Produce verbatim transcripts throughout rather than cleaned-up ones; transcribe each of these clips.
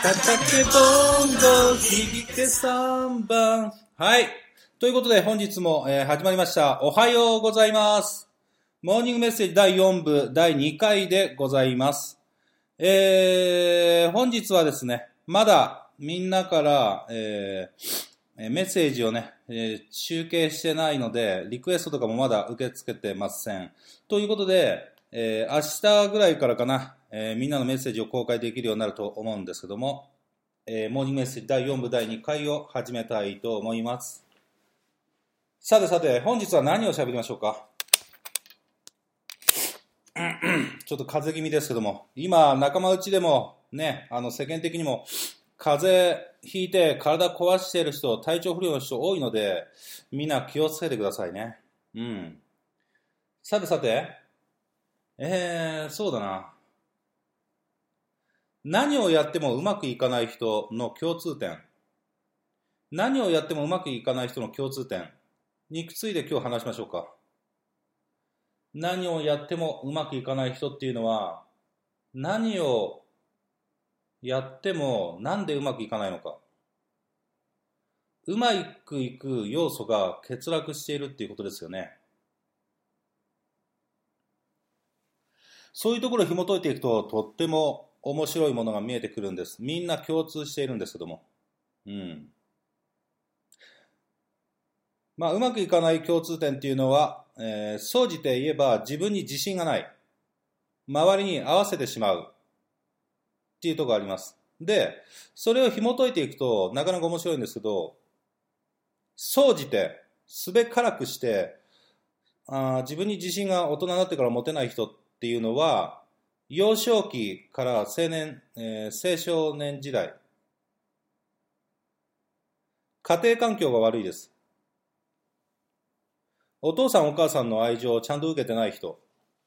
叩けボンゴ響けさんばん。はい。ということで本日も、えー、始まりました。おはようございます。モーニングメッセージだいよんぶだいにかいでございます。えー、本日はですね、まだみんなから、えー、メッセージをね、えー、集計してないので、リクエストとかもまだ受け付けてません。ということで、えー、明日ぐらいからかな、えー、みんなのメッセージを公開できるようになると思うんですけども、えー、モーニングメッセージだいよんぶだいにかいを始めたいと思います。さてさて、本日は何を喋りましょうか。ちょっと風邪気味ですけども、今仲間内でもね、あの世間的にも風邪ひいて体壊している人、体調不良の人多いので、みんな気をつけてくださいね。うん。さてさて、えー、そうだな。何をやってもうまくいかない人の共通点。何をやってもうまくいかない人の共通点について今日話しましょうか。何をやってもうまくいかない人っていうのは、何をやってもなんでうまくいかないのか。うまくいく要素が欠落しているっていうことですよね。そういうところを紐解いていくと、とっても面白いものが見えてくるんです。みんな共通しているんですけども。うん。まあ、うまくいかない共通点っていうのは、えー、総じて言えば自分に自信がない。周りに合わせてしまうっていうところがあります。で、それを紐解いていくとなかなか面白いんですけど、総じて、すべからくして、あ自分に自信が大人になってから持てない人っていうのは、幼少期から青年、えー、青少年時代、家庭環境が悪いです。お父さんお母さんの愛情をちゃんと受けてない人。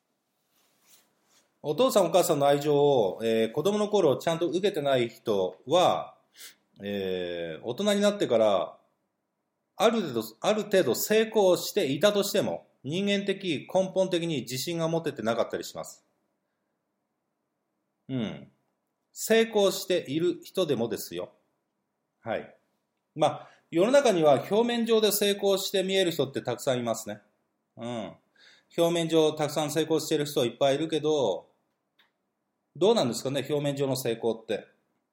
お父さんお母さんの愛情を、えー、子供の頃ちゃんと受けてない人は、えー、大人になってからある程度、ある程度成功していたとしても、人間的、根本的に自信が持ててなかったりします。うん。成功している人でもですよ。はい。まあ、世の中には表面上で成功して見える人ってたくさんいますね。うん。表面上たくさん成功している人いっぱいいるけど、どうなんですかね、表面上の成功って。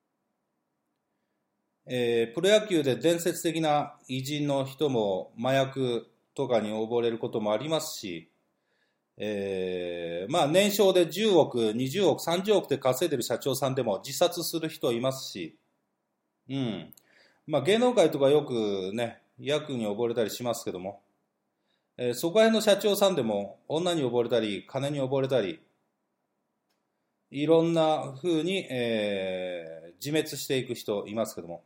えー、プロ野球で伝説的な偉人の人も麻薬とかに溺れることもありますし、えー、まあ年商でじゅうおく、にじゅうおく、さんじゅうおくで稼いでる社長さんでも自殺する人いますし、うん。まあ芸能界とかよくね、役に溺れたりしますけども、えーそこら辺の社長さんでも女に溺れたり、金に溺れたり、いろんな風に、えー自滅していく人いますけども、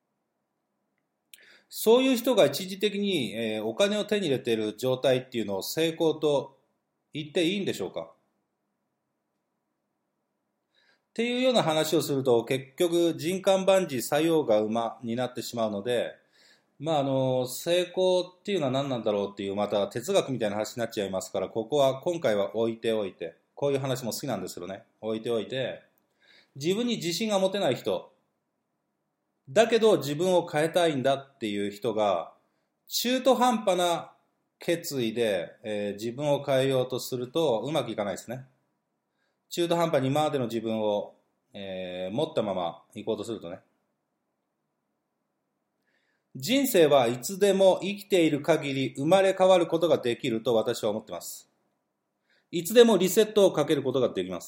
そういう人が一時的に、えーお金を手に入れている状態っていうのを成功と言っていいんでしょうかっていうような話をすると、結局人間万事作用が馬になってしまうので、まあ、あの成功っていうのは何なんだろうっていうまた哲学みたいな話になっちゃいますから、ここは今回は置いておいて、こういう話も好きなんですけどね、置いておいて、自分に自信が持てない人だけど自分を変えたいんだっていう人が中途半端な決意で、えー自分を変えようとするとうまくいかないですね。中途半端に今までの自分を、えー持ったまま行こうとするとね。人生はいつでも生きている限り生まれ変わることができると私は思っています。いつでもリセットをかけることができます。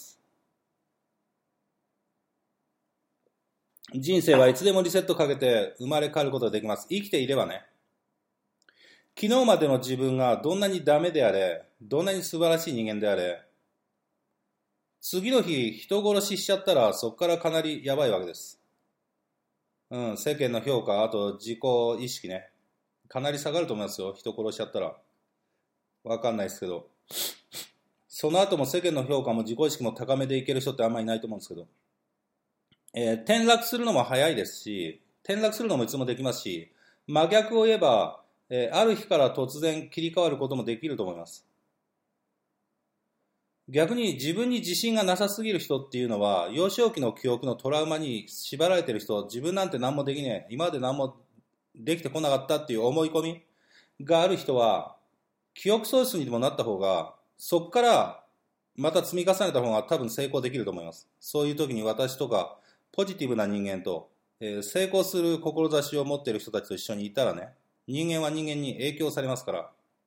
人生はいつでもリセットかけて生まれ変わることができます。生きていればね。昨日までの自分がどんなにダメであれ、どんなに素晴らしい人間であれ、次の日人殺ししちゃったらそこからかなりやばいわけです。うん、世間の評価、あと自己意識ね。かなり下がると思いますよ。人殺しちゃったら。わかんないですけど。その後も世間の評価も自己意識も高めでいける人ってあんまりいないと思うんですけど。えー転落するのも早いですし、転落するのもいつもできますし、真逆を言えば、えーある日から突然切り替わることもできると思います。 逆に自分に自信がなさすぎる人っていうのは、幼少期の記憶のトラウマに縛られてる人、自分なんて何もできねえ、今まで何もできてこなかったっていう思い込みがある人は、記憶喪失にでもなった方が、そこからまた積み重ねた方が多分成功できると思います。そういう時に私とか、ポジティブな人間と、えー成功する志を持っている人たちと一緒にいたらね、人間は人間に影響されますから、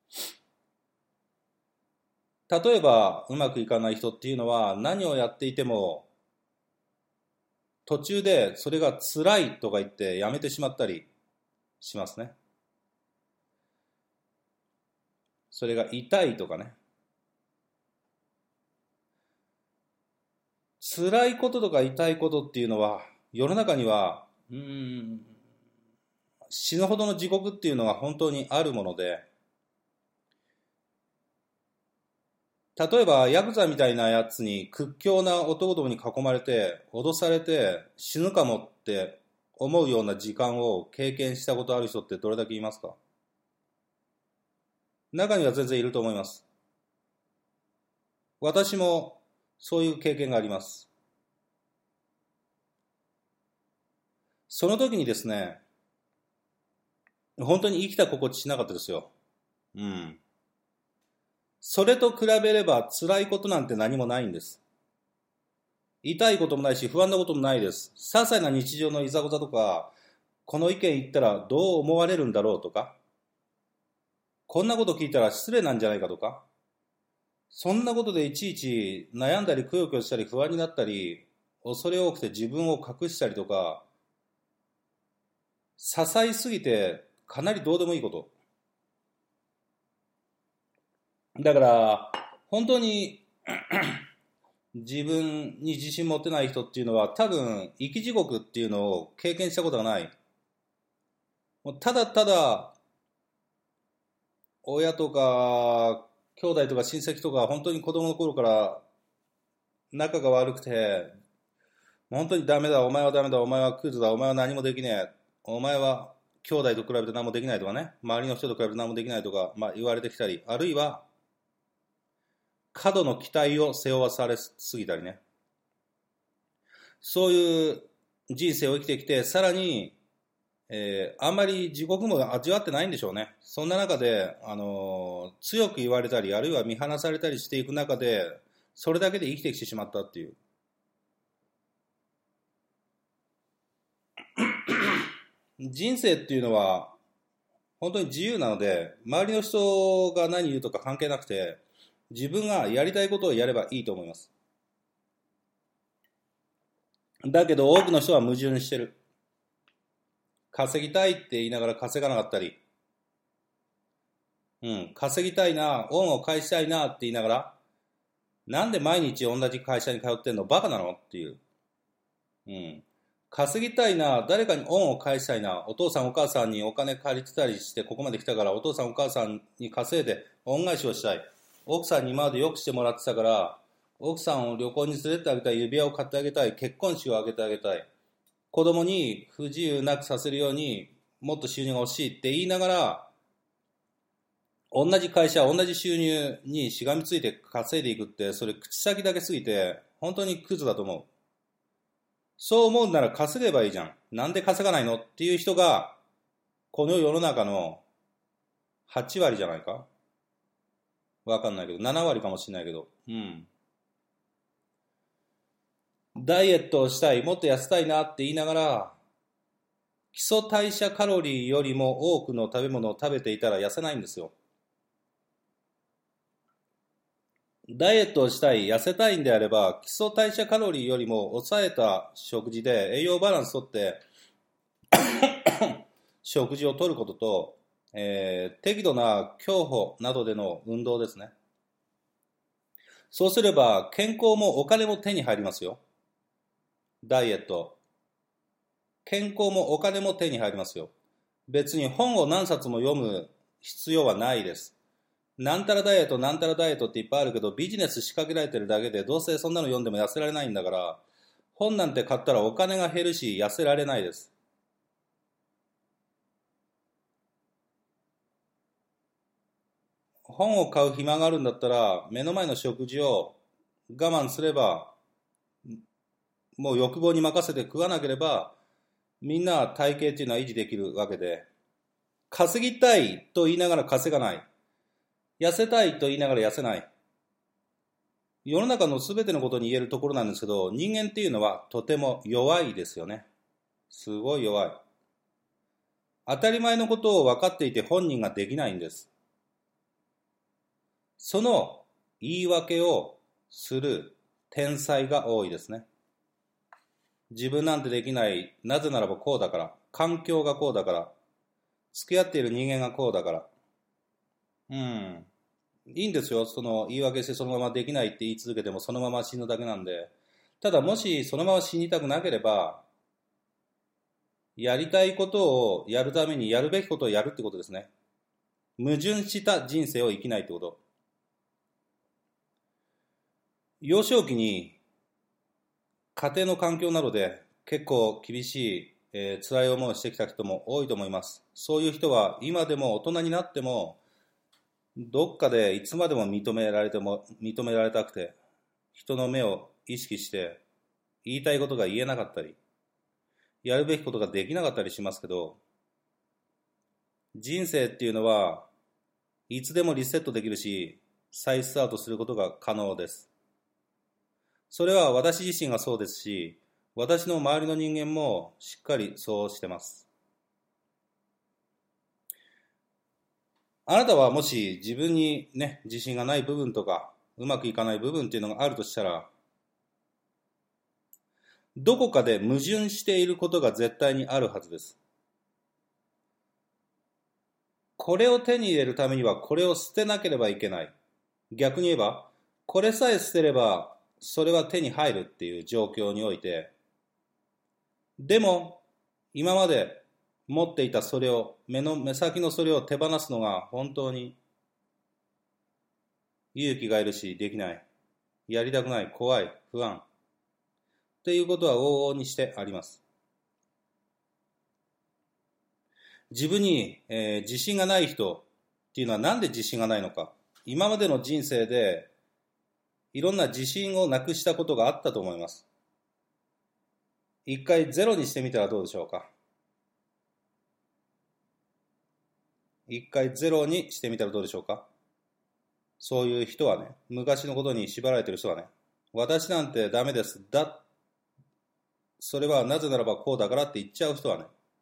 例えばうまくいかない人っていうのは何をやっていても途中でそれが辛いとか言ってやめてしまったりしますね。それが痛いとかね。辛いこととか痛いことっていうのは世の中にはうーん死ぬほどの地獄っていうのが本当にあるもので、例えばヤクザみたいなやつに屈強な男どもに囲まれて脅されて死ぬかもって思うような時間を経験したことある人ってどれだけいますか？中には全然いると思います。私もそういう経験があります。その時にですね、本当に生きた心地しなかったですよ。うん。それと比べれば辛いことなんて何もないんです。痛いこともないし不安なこともないです。些細な日常のいざこざとか、この意見言ったらどう思われるんだろうとか、こんなこと聞いたら失礼なんじゃないかとか、そんなことでいちいち悩んだりくよくよしたり不安になったり、恐れ多くて自分を隠したりとか、些細すぎてかなりどうでもいいこと。だから、本当に自分に自信持ってない人っていうのは多分生き地獄っていうのを経験したことがない。もうただただ親とか兄弟とか親戚とか本当に子供の頃から仲が悪くて、本当にダメだ、お前はダメだ、お前はクズだ、お前は何もできねえ、お前は兄弟と比べて何もできないとかね、周りの人と比べて何もできないとか、まあ、言われてきたり、あるいは過度の期待を背負わされすぎたりね、そういう人生を生きてきて、さらに、えーあんまり地獄も味わってないんでしょうね。そんな中で、あのー強く言われたり、あるいは見放されたりしていく中で、それだけで生きてきてしまったっていう。人生っていうのは、本当に自由なので、周りの人が何言うとか関係なくて、自分がやりたいことをやればいいと思います。だけど多くの人は矛盾してる。稼ぎたいって言いながら稼がなかったり、うん、稼ぎたいな、恩を返したいなって言いながら、なんで毎日同じ会社に通ってんのバカなのっていう。うん。稼ぎたいな、誰かに恩を返したいな、お父さんお母さんにお金借りてたりしてここまで来たからお父さんお母さんに稼いで恩返しをしたい。奥さんに今までよくしてもらってたから奥さんを旅行に連れてってあげたい、指輪を買ってあげたい、結婚式を挙げてあげたい、子供に不自由なくさせるようにもっと収入が欲しいって言いながら、同じ会社、同じ収入にしがみついて稼いでいくって、それ口先だけすぎて本当にクズだと思う。そう思うなら稼げばいいじゃん。なんで稼がないのっていう人が、この世の中のはち割じゃないか、わかんないけど、なな割かもしれないけど。うん。ダイエットをしたい、もっと痩せたいなって言いながら、基礎代謝カロリーよりも多くの食べ物を食べていたら痩せないんですよ。ダイエットをしたい、痩せたいんであれば、基礎代謝カロリーよりも抑えた食事で栄養バランスとって食事をとることと、えー適度な競歩などでの運動ですね。そうすれば健康もお金も手に入りますよ。ダイエット。健康もお金も手に入りますよ。別に本を何冊も読む必要はないです。なんたらダイエット、なんたらダイエットっていっぱいあるけど、ビジネス仕掛けられてるだけで、どうせそんなの読んでも痩せられないんだから、本なんて買ったらお金が減るし、痩せられないです。本を買う暇があるんだったら、目の前の食事を我慢すれば、もう欲望に任せて食わなければ、みんな体型っていうのは維持できるわけで、稼ぎたいと言いながら稼がない。痩せたいと言いながら痩せない。世の中のすべてのことに言えるところなんですけど、人間っていうのはとても弱いですよね。すごい弱い。当たり前のことを分かっていて本人ができないんです。その言い訳をする天才が多いですね。自分なんてできない。なぜならばこうだから。環境がこうだから。付き合っている人間がこうだから。うん。いいんですよ。その言い訳してそのままできないって言い続けてもそのまま死ぬだけなんで。ただもしそのまま死にたくなければ、やりたいことをやるためにやるべきことをやるってことですね。矛盾した人生を生きないってこと。幼少期に家庭の環境などで結構厳しい、えー、辛い思いをしてきた人も多いと思います。そういう人は今でも大人になってもどっかでいつまでも認められても認められたくて人の目を意識して言いたいことが言えなかったりやるべきことができなかったりしますけど、人生っていうのはいつでもリセットできるし再スタートすることが可能です。それは私自身がそうですし、私の周りの人間もしっかりそうしてます。あなたはもし自分にね、自信がない部分とか、うまくいかない部分っていうのがあるとしたら、どこかで矛盾していることが絶対にあるはずです。これを手に入れるためにはこれを捨てなければいけない。逆に言えば、これさえ捨てれば、それは手に入るっていう状況において、でも今まで持っていたそれを目の目先のそれを手放すのが本当に勇気がいるしできない、やりたくない、怖い、不安っていうことは往々にしてあります。自分に、えー、自信がない人っていうのはなんで自信がないのか。今までの人生でいろんな自信をなくしたことがあったと思います。一回ゼロにしてみたらどうでしょうか。一回ゼロにしてみたらどうでしょうか。そういう人はね、昔のことに縛られている人はね、私なんてダメです。だ、それはなぜならばこうだからって言っちゃう人はね、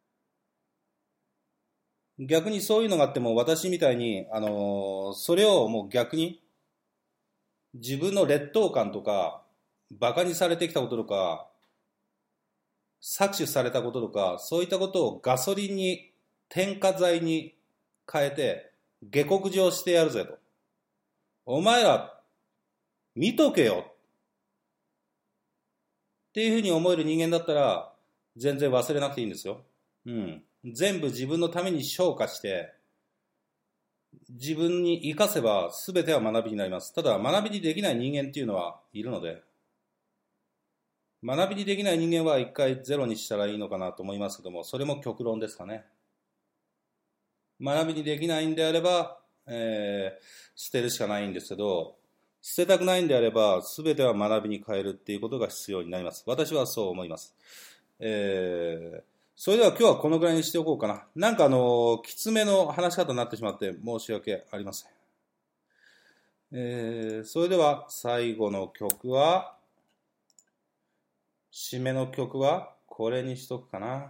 逆にそういうのがあっても私みたいに、あのー、それをもう逆に自分の劣等感とかバカにされてきたこととか搾取されたこととかそういったことをガソリンに添加剤に変えて下克上してやるぜと。お前ら見とけよっていうふうに思える人間だったら全然忘れなくていいんですよ。うん。全部自分のために消化して自分に生かせば全ては学びになります。ただ学びにできない人間っていうのはいるので、学びにできない人間は一回ゼロにしたらいいのかなと思いますけども、それも極論ですかね。学びにできないんであれば、えー、捨てるしかないんですけど、捨てたくないんであれば全ては学びに変えるっていうことが必要になります。私はそう思います。えーそれでは今日はこのぐらいにしておこうかな。なんかあの、きつめの話し方になってしまって申し訳ありません。えー、それでは最後の曲は、締めの曲はこれにしとくかな。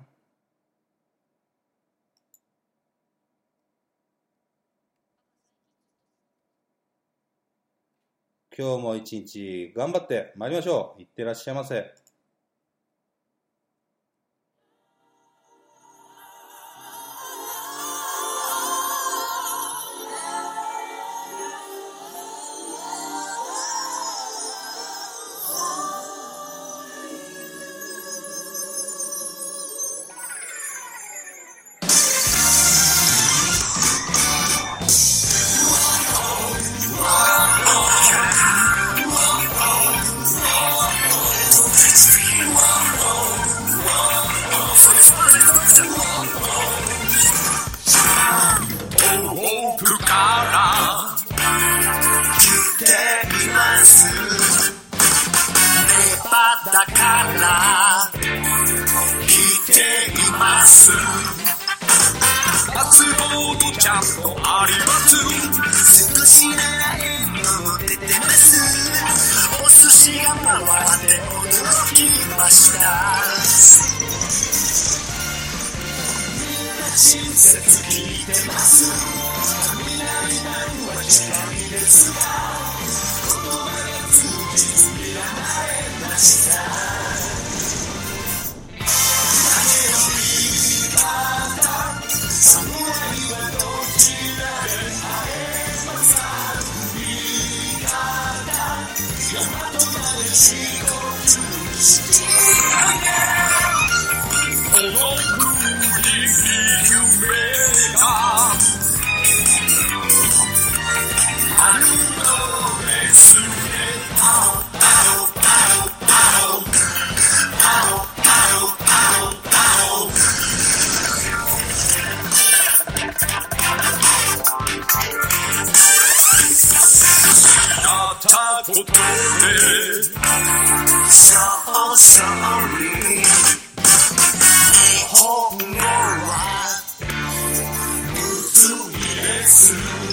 今日も一日頑張ってまいりましょう。いってらっしゃいませ。 遠くから来ていますだから来ています。待つほどちゃんとあります。少しなら縁も出てます。お寿司が回って驚きました。みんな親切聞いてます。みなみなは近いですが言葉が通じずにられました。影の見方その愛はどちらで会えますか。味方大和まで四国してあげこの国に夢があるのですね。パロパロパロパロパロパロパロパロやったことで So sorry 日本語はむずいです。